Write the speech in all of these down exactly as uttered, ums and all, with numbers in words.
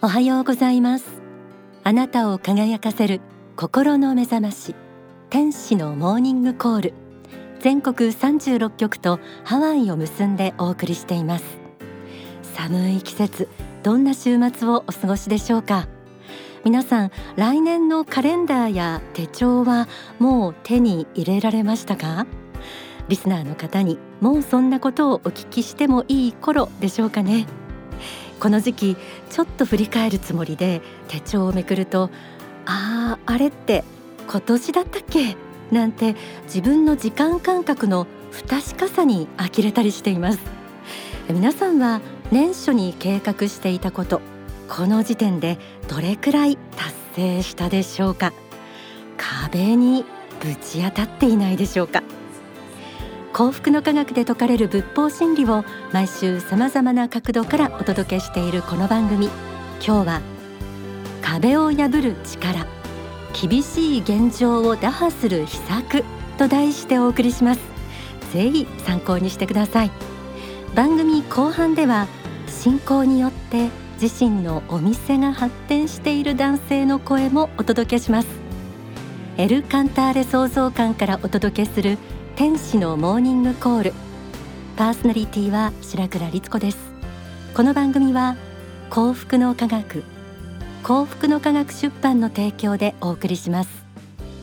おはようございます。あなたを輝かせる心の目覚まし、天使のモーニングコール。全国さんじゅうろっきょくとハワイを結んでお送りしています。寒い季節、どんな週末をお過ごしでしょうか。皆さん、来年のカレンダーや手帳はもう手に入れられましたか？リスナーの方にもうそんなことをお聞きしてもいい頃でしょうかね。この時期ちょっと振り返るつもりで手帳をめくると、ああ、あれって今年だったっけなんて自分の時間感覚の不確かさに呆れたりしています。皆さんは年初に計画していたこと、この時点でどれくらい達成したでしょうか。壁にぶち当たっていないでしょうか。幸福の科学で説かれる仏法真理を毎週さまざまな角度からお届けしているこの番組、今日は壁を破る力、厳しい現状を打破する秘策と題してお送りします。ぜひ参考にしてください。番組後半では信仰によって自身のお店が発展している男性の声もお届けします。エル・カンターレ創造館からお届けする天使のモーニングコール。パーソナリティは白倉律子です。この番組は幸福の科学、幸福の科学出版の提供でお送りします。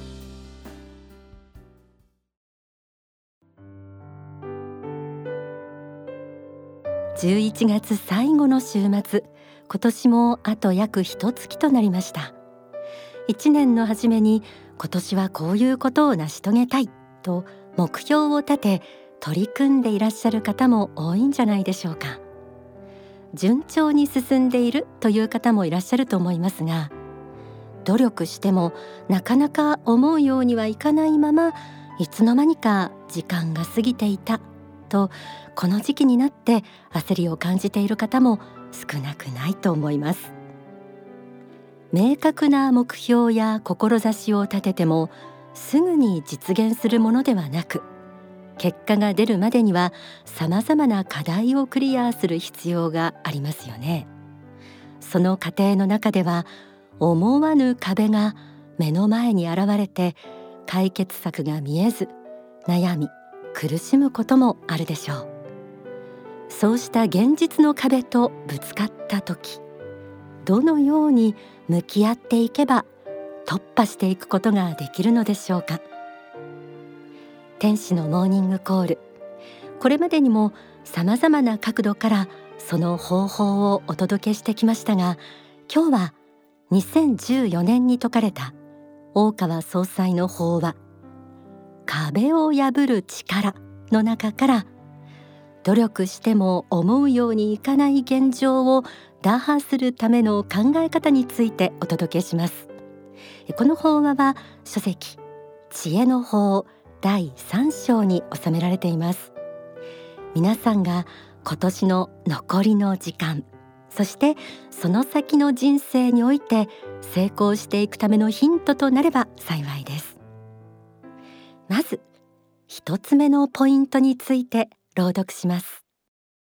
じゅういちがつ最後の週末、今年もあと約一月となりました。いちねんの初めに今年はこういうことを成し遂げたいと目標を立て取り組んでいらっしゃる方も多いんじゃないでしょうか。順調に進んでいるという方もいらっしゃると思いますが、努力してもなかなか思うようにはいかないまま、いつの間にか時間が過ぎていたと、この時期になって焦りを感じている方も少なくないと思います。明確な目標や志を立ててもすぐに実現するものではなく、結果が出るまでにはさまざまな課題をクリアする必要がありますよね。その過程の中では思わぬ壁が目の前に現れて、解決策が見えず悩み苦しむこともあるでしょう。そうした現実の壁とぶつかった時、どのように向き合っていけば突破していくことができるのでしょうか。天使のモーニングコール、これまでにもさまざまな角度からその方法をお届けしてきましたが、今日はにせんじゅうよねんに説かれた大川総裁の法話、壁を破る力の中から、努力しても思うようにいかない現状を打破するための考え方についてお届けします。この法話は書籍知恵の法だいさん章に収められています。皆さんが今年の残りの時間、そしてその先の人生において成功していくためのヒントとなれば幸いです。まず一つ目のポイントについて朗読します。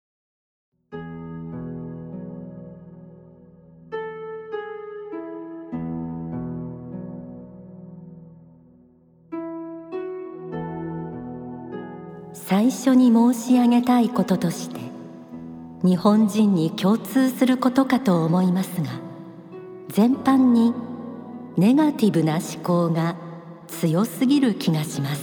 最初に申し上げたいこととして、日本人に共通することかと思いますが、全般にネガティブな思考が強すぎる気がします。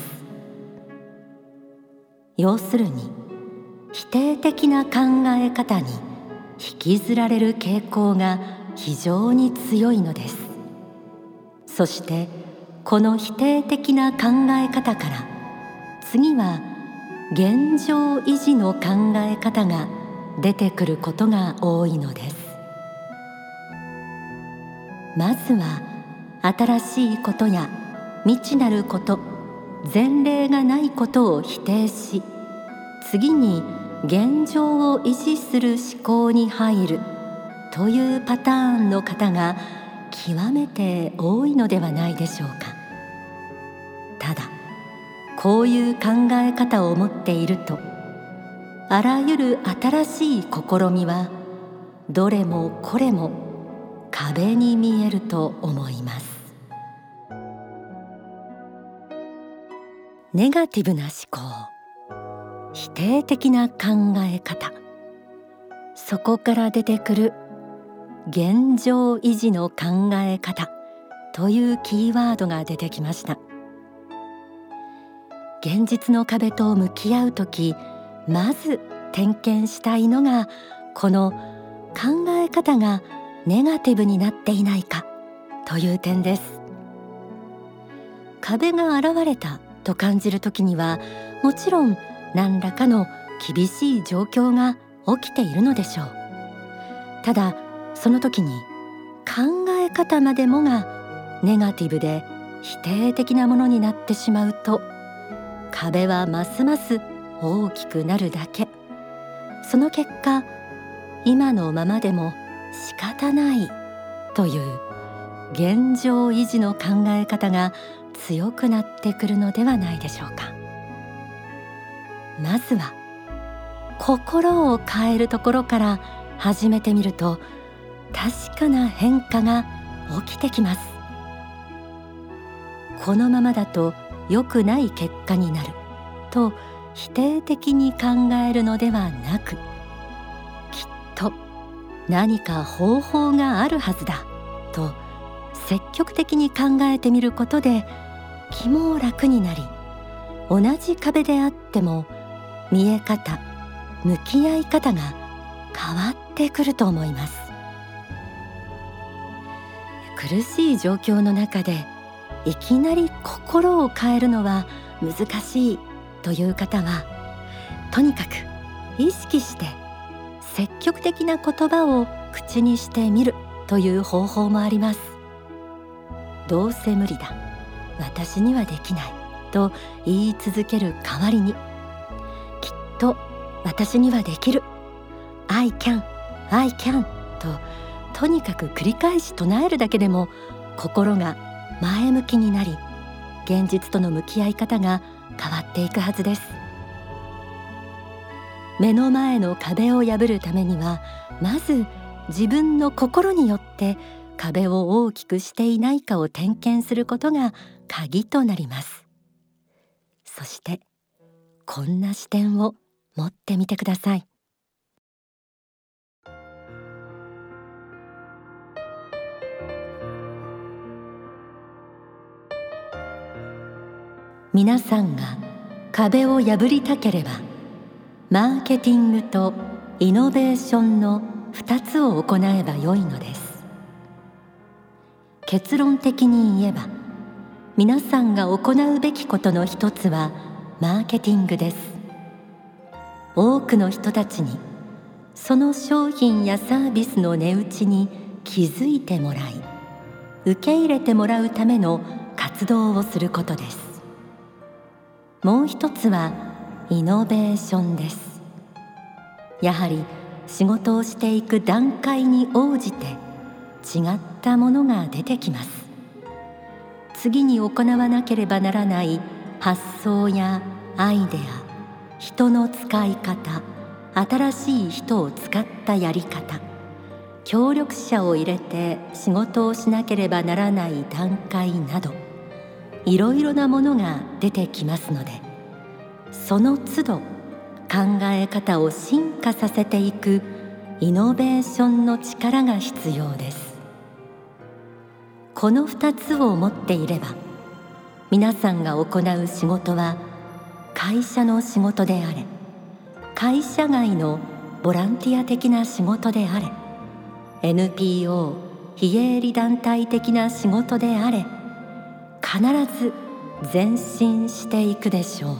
要するに否定的な考え方に引きずられる傾向が非常に強いのです。そしてこの否定的な考え方から、次は現状維持の考え方が出てくることが多いのです。まずは新しいことや未知なること、前例がないことを否定し、次に現状を維持する思考に入るというパターンの方が極めて多いのではないでしょうか。ただ、こういう考え方を持っていると、あらゆる新しい試みはどれもこれも壁に見えると思います。ネガティブな思考、否定的な考え方、そこから出てくる現状維持の考え方というキーワードが出てきました。現実の壁と向き合うとき、まず点検したいのがこの考え方がネガティブになっていないかという点です。壁が現れたと感じるときには、もちろん何らかの厳しい状況が起きているのでしょう。ただその時に考え方までもがネガティブで否定的なものになってしまうと、壁はますます大きくなるだけ。その結果、今のままでも仕方ないという現状維持の考え方が強くなってくるのではないでしょうか。まずは心を変えるところから始めてみると、確かな変化が起きてきます。このままだと良くない結果になると否定的に考えるのではなく、きっと何か方法があるはずだと積極的に考えてみることで気も楽になり、同じ壁であっても見え方、向き合い方が変わってくると思います。苦しい状況の中でいきなり心を変えるのは難しいという方は、とにかく意識して積極的な言葉を口にしてみるという方法もあります。どうせ無理だ、私にはできないと言い続ける代わりに、きっと私にはできる、 I can, I can ととにかく繰り返し唱えるだけでも心が前向きになり、現実との向き合い方が変わっていくはずです。目の前の壁を破るためには、まず自分の心によって壁を大きくしていないかを点検することが鍵となります。そしてこんな視点を持ってみてください。皆さんが壁を破りたければ、マーケティングとイノベーションのふたつを行えばよいのです。結論的に言えば、皆さんが行うべきことの一つはマーケティングです。多くの人たちにその商品やサービスの値打ちに気づいてもらい、受け入れてもらうための活動をすることです。もう一つはイノベーションです。やはり仕事をしていく段階に応じて違ったものが出てきます。次に行わなければならない発想やアイデア、人の使い方、新しい人を使ったやり方、協力者を入れて仕事をしなければならない段階など、いろいろなものが出てきますので、その都度考え方を進化させていくイノベーションの力が必要です。このふたつを持っていれば、皆さんが行う仕事は会社の仕事であれ、会社外のボランティア的な仕事であれ、エヌピーオー 非営利団体的な仕事であれ、必ず前進していくでしょう。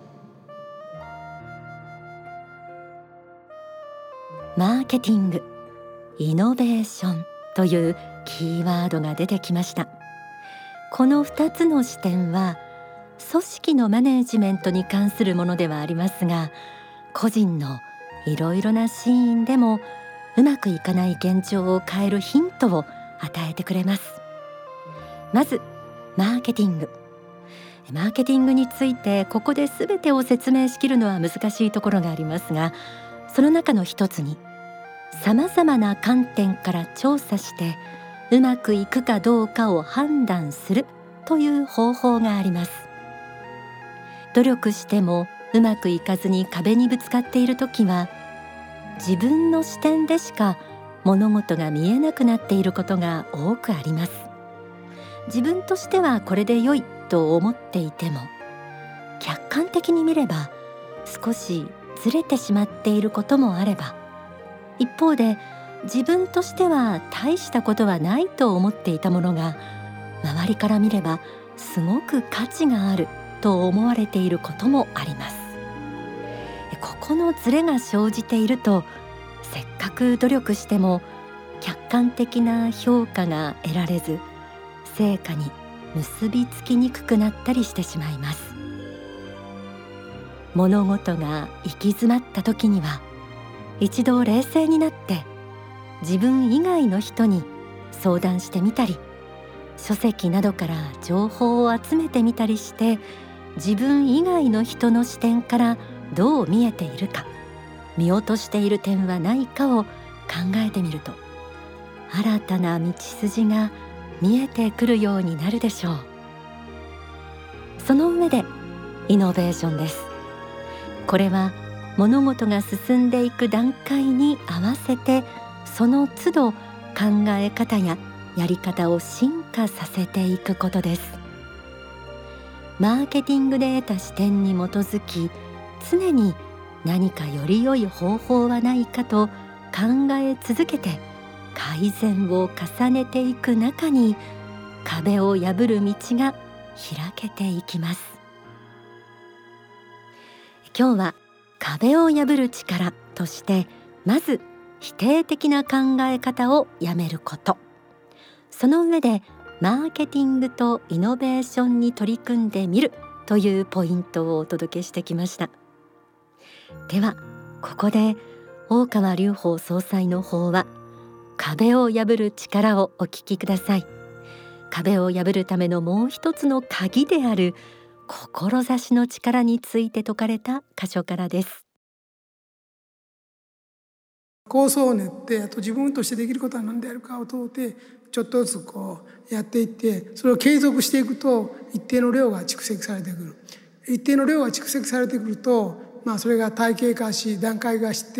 マーケティング、イノベーションというキーワードが出てきました。このふたつの視点は組織のマネジメントに関するものではありますが、個人のいろいろなシーンでもうまくいかない現状を変えるヒントを与えてくれます。まずマーケティング。マーケティングについてここで全てを説明しきるのは難しいところがありますが、その中の一つにさまざまな観点から調査してうまくいくかどうかを判断するという方法があります。努力してもうまくいかずに壁にぶつかっているときは、自分の視点でしか物事が見えなくなっていることが多くあります。自分としてはこれで良いと思っていても、客観的に見れば少しずれてしまっていることもあれば、一方で自分としては大したことはないと思っていたものが、周りから見ればすごく価値があると思われていることもあります。ここのズレが生じていると、せっかく努力しても客観的な評価が得られず、成果に結びつきにくくなったりしてしまいます。物事が行き詰まった時には、一度冷静になって自分以外の人に相談してみたり、書籍などから情報を集めてみたりして、自分以外の人の視点からどう見えているか、見落としている点はないかを考えてみると、新たな道筋が見えてくるようになるでしょう。その上でイノベーションです。これは物事が進んでいく段階に合わせて、その都度考え方ややり方を進化させていくことです。マーケティングで得た視点に基づき、常に何かより良い方法はないかと考え続けて改善を重ねていく中に、壁を破る道が開けていきます。今日は壁を破る力として、まず否定的な考え方をやめること、その上でマーケティングとイノベーションに取り組んでみるというポイントをお届けしてきました。ではここで大川隆法総裁の法話、壁を破る力をお聞きください。壁を破るためのもう一つの鍵である志の力について説かれた箇所からです。 構想を練って、あと自分としてできることは何であるかを問うて、ちょっとずつこうやっていって、それを継続していくと一定の量が蓄積されてくる。一定の量が蓄積されてくると、まあ、それが体系化し段階化して、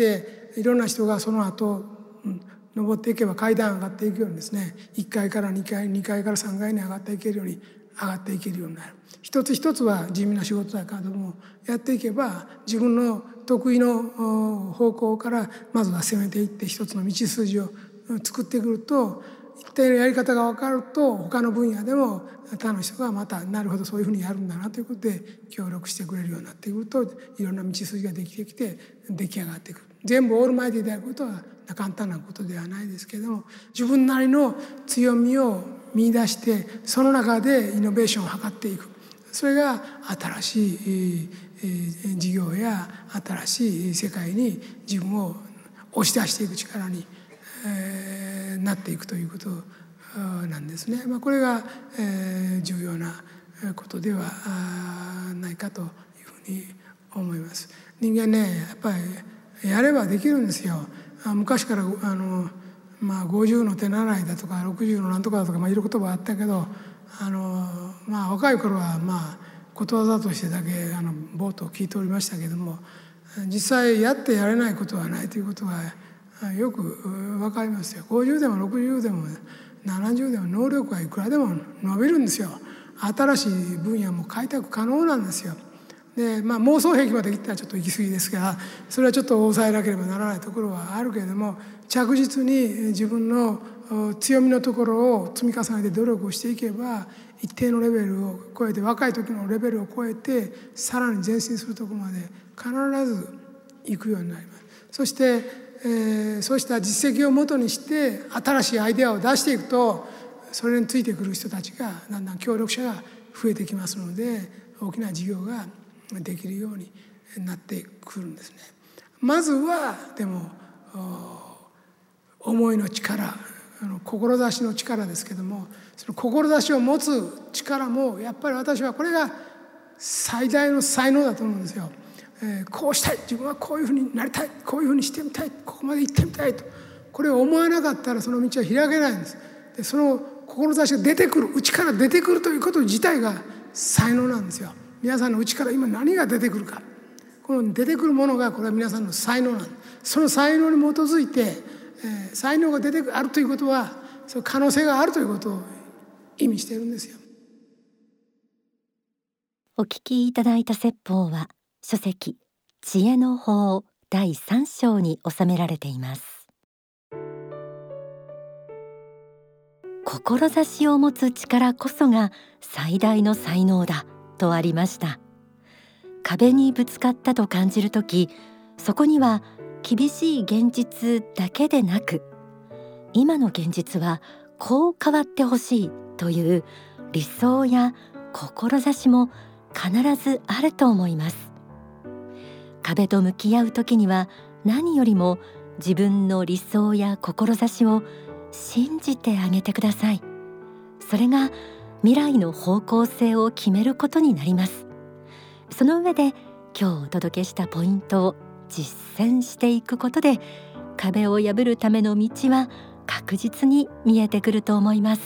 いろんな人がその後、うん、登っていけば階段上がっていくようにですね、いっかいからにかい、にかいからさんかいに上がっていけるように上がっていけるようになる。一つ一つは地味な仕事だからども、やっていけば自分の得意の方向からまずは攻めていって、一つの道筋を作ってくると、一定のやり方が分かると、他の分野でも他の人がまたなるほどそういうふうにやるんだなということで協力してくれるようになってくると、いろんな道筋ができてきて出来上がってくる。全部オールマイティであることは簡単なことではないですけれども、自分なりの強みを見出して、その中でイノベーションを図っていく。それが新しい事業や新しい世界に自分を押し出していく力になっていくということなんですね。まあ、これが重要なことではないかというふうに思います。人間ね、やっぱりやればできるんですよ。昔からあの、まあ、ごじゅうの手習いだとかろくじゅうのなんとかだとか、まあ、いろいろ言葉あったけど、あの、まあ、若い頃はまあことわざとしてだけあの冒頭聞いておりましたけども、実際やってやれないことはないということがよく分かりますよ。ごじゅうでもろくじゅうでもななじゅうでも能力はいくらでも伸びるんですよ。新しい分野も開拓可能なんですよ。で、まあ、妄想癖までいったらちょっと行き過ぎですが、それはちょっと抑えなければならないところはあるけれども、着実に自分の強みのところを積み重ねて努力をしていけば、一定のレベルを超えて、若い時のレベルを超えてさらに前進するところまで必ず行くようになります。そして、えー、そうした実績をもとにして新しいアイデアを出していくと、それについてくる人たちがだんだん協力者が増えてきますので、大きな事業ができるようになってくるんですね。まずはでも思いの力、志の力ですけども、その志を持つ力もやっぱり私はこれが最大の才能だと思うんですよ。えー、こうしたい、自分はこういうふうになりたい、こういうふうにしてみたい、ここまで行ってみたいと、これを思わなかったらその道は開けないんです。 でその志が出てくる、内から出てくるということ自体が才能なんですよ。皆さんの内から今何が出てくるか、この出てくるものがこれは皆さんの才能なんです。その才能に基づいて、えー、才能が出てあるということはその可能性があるということを意味しているんですよ。 お聞きいただいた説法は書籍知恵の法だいさん章に収められています。志を持つ力こそが最大の才能だとありました。壁にぶつかったと感じるとき、そこには厳しい現実だけでなく、今の現実はこう変わってほしいという理想や志も必ずあると思います。壁と向き合うときには何よりも自分の理想や志を信じてあげてください。それが未来の方向性を決めることになります。その上で今日お届けしたポイントを実践していくことで、壁を破るための道は確実に見えてくると思います。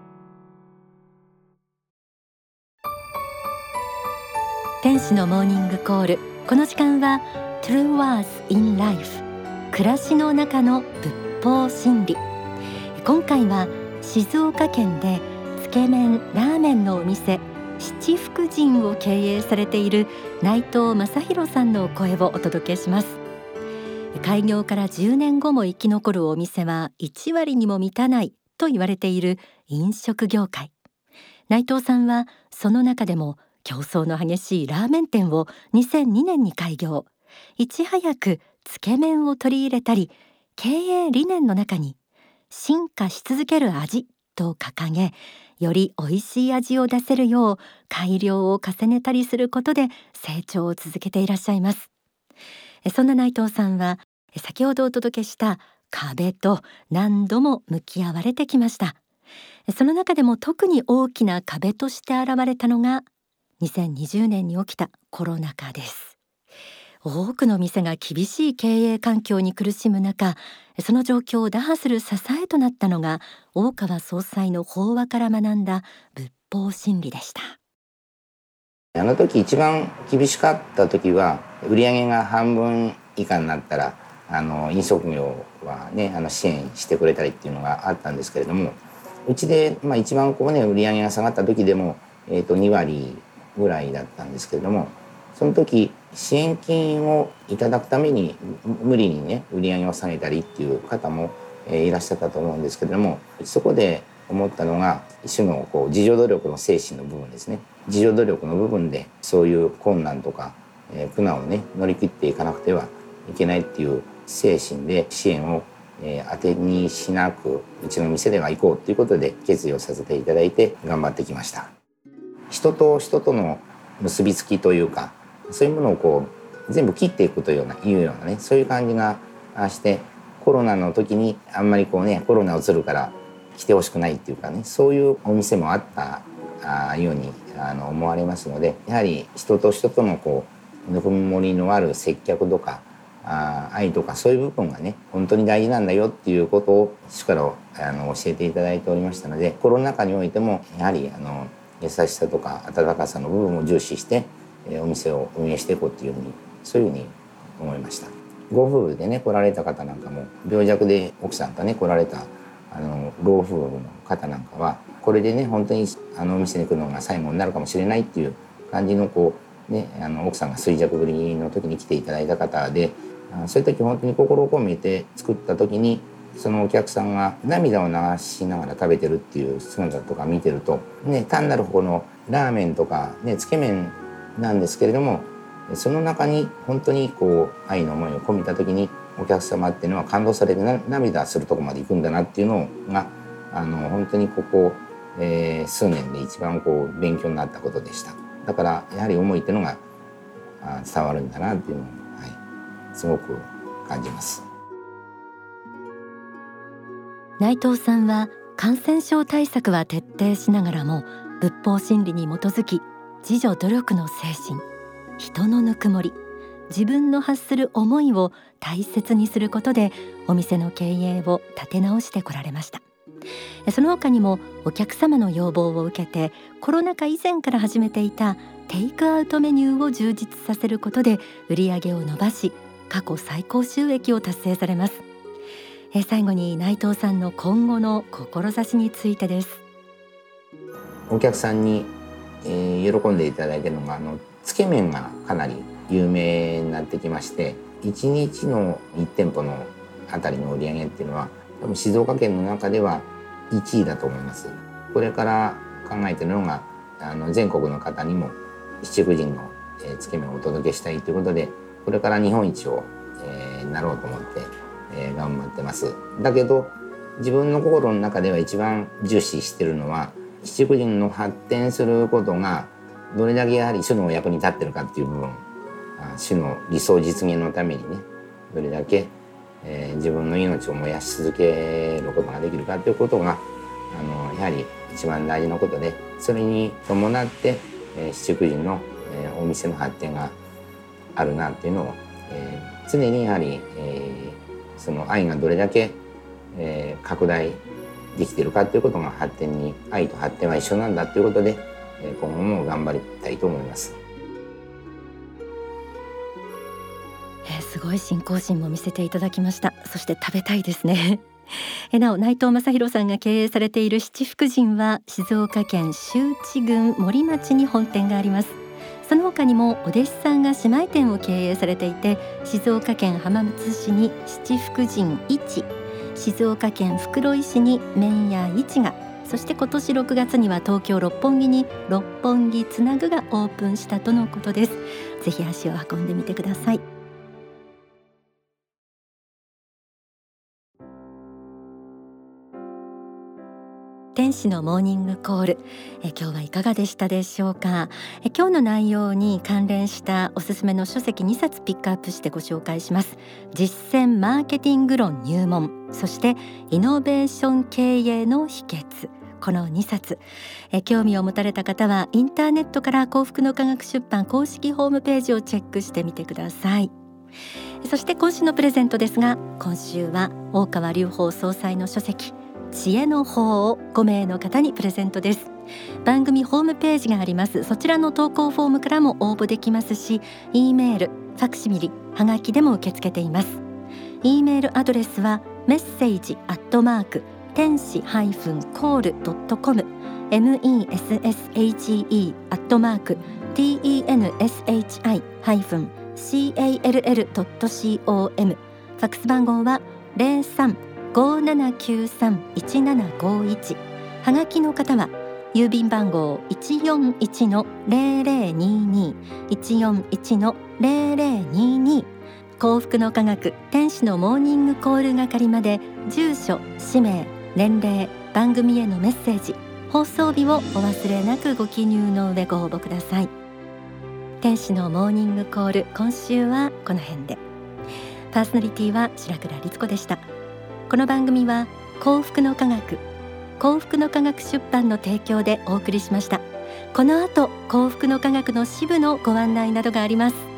天使のモーニングコール、この時間は True Words in Life、 暮らしの中の仏法真理。今回は静岡県でつけ麺ラーメンのお店七福神を経営されている内藤正弘さんのお声をお届けします。開業からじゅうねんごも生き残るお店はいちわりにも満たないと言われている飲食業界。内藤さんはその中でも競争の激しいラーメン店をにせんにねんに開業。いち早くつけ麺を取り入れたり、経営理念の中に進化し続ける味と掲げ、より美味しい味を出せるよう改良を重ねたりすることで成長を続けていらっしゃいます。そんな内藤さんは先ほどお届けした壁と何度も向き合われてきました。その中でも特に大きな壁として現れたのがにせんにじゅうねんに起きたコロナ禍です。多くの店が厳しい経営環境に苦しむ中、その状況を打破する支えとなったのが大川総裁の法話から学んだ仏法真理でした。 あの時一番厳しかった時は、売上が半分以下になったらあの飲食業はね、あの支援してくれたりっていうのがあったんですけれども、うちで、まあ、一番こうね売上が下がった時でも、えー、とにわりぐらいだったんですけれども、その時支援金をいただくために無理にね売り上げを下げたりっていう方も、えー、いらっしゃったと思うんですけれども、そこで思ったのが一種のこう自助努力の精神の部分ですね。自助努力の部分でそういう困難とか、えー、苦難をね乗り切っていかなくてはいけないっていう精神で支援を、えー、当てにしなくうちの店では行こうということで決意をさせていただいて頑張ってきました。人と人との結びつきというか、そういうものをこう全部切っていくというようないうようなね、そういう感じがして、コロナの時にあんまりこうねコロナうつるから来てほしくないっていうかね、そういうお店もあったあようにあの思われますので、やはり人と人とのこうぬくもりのある接客とかあ愛とか、そういう部分がね本当に大事なんだよっていうことを力をあの教えていただいておりましたので、コロナ禍においてもやはりあの優しさとか温かさの部分を重視してお店を運営していこうっていうふうに、そういうふうに思いました。ご夫婦でね来られた方なんかも、病弱で奥さんとね来られたあの老夫婦の方なんかは、これでね本当にあのお店に来るのが最後になるかもしれないっていう感じのこうね、あの奥さんが衰弱ぶりの時に来ていただいた方で、そういう時本当に心を込めて作った時に、そのお客さんが涙を流しながら食べてるっていう姿とか見てると、ね、単なるこのラーメンとか、ね、つけ麺なんですけれども、その中に本当にこう愛の思いを込めた時に、お客様っていうのは感動されてな涙するとこまで行くんだなっていうのがあの本当にここ、えー、数年で一番こう勉強になったことでした。だからやはり思いっていうのが伝わるんだなっていうのを、はい、すごく感じます。 内藤さんは感染症対策は徹底しながらも、仏法真理に基づき自助努力の精神、人のぬくもり、自分の発する思いを大切にすることでお店の経営を立て直してこられました。 その他にもお客様の要望を受けてコロナ禍以前から始めていたテイクアウトメニューを充実させることで売り上げを伸ばし、過去最高収益を達成されます。え最後に内藤さんの今後の志についてです。 お客さんに、えー、喜んでいただいているのがあのつけ麺がかなり有名になってきまして、いちにちのいち店舗のあたりの売り上げっていうのは多分静岡県の中ではいちいだと思います。これから考えているのがあの全国の方にも七福神の、えー、つけ麺をお届けしたいということで、これから日本一を、えー、なろうと思って、えー、頑張ってます。だけど自分の心の中では一番重視しているのは七福神の発展することがどれだけやはり主の役に立ってるかっていう部分、主の理想実現のためにね、どれだけ、えー、自分の命を燃やし続けることができるかということがあのやはり一番大事なことで、それに伴って、えー、七福神の、えー、お店の発展があるなっていうのを、えー、常にやはり、えー、その愛がどれだけ、えー、拡大できているかということが発展に、愛と発展は一緒なんだということで、えー、今後も頑張りたいと思います。 えー、すごい信仰心も見せていただきました。そして食べたいですね。えなお内藤正弘さんが経営されている七福神は静岡県周知郡森町に本店があります。その他にもお弟子さんが姉妹店を経営されていて、静岡県浜松市に七福神一、静岡県袋井市に麺屋一が、そして今年ろくがつには東京六本木に六本木つなぐがオープンしたとのことです。ぜひ足を運んでみてください。天使のモーニングコール、え今日はいかがでしたでしょうか。え今日の内容に関連したおすすめの書籍にさつピックアップしてご紹介します。実践マーケティング論入門、そしてイノベーション経営の秘訣、このにさつ、え興味を持たれた方はインターネットから幸福の科学出版公式ホームページをチェックしてみてください。そして今週のプレゼントですが、今週は大川隆法総裁の書籍知恵の方をごめいの方にプレゼントです。番組ホームページがあります。そちらの投稿フォームからも応募できますし、 E メール、ファクシミリ、はがきでも受け付けています。 E メールアドレスはメッセージアットマーク天使ハイフンコールドットコム、 メッセージアットマーク テンシハイフンコールドットコム、 ファックス番号はゼロさん ごーななきゅうさん いちななごいち、はがきの方は郵便番号 いちよんいちのゼロゼロにに いちよんいちのゼロゼロにに、幸福の科学天使のモーニングコール係まで住所、氏名、年齢、番組へのメッセージ、放送日をお忘れなくご記入の上ご応募ください。天使のモーニングコール、今週はこの辺で。パーソナリティは白倉律子でした。この番組は幸福の科学幸福の科学出版の提供でお送りしました。この後幸福の科学の支部のご案内などがあります。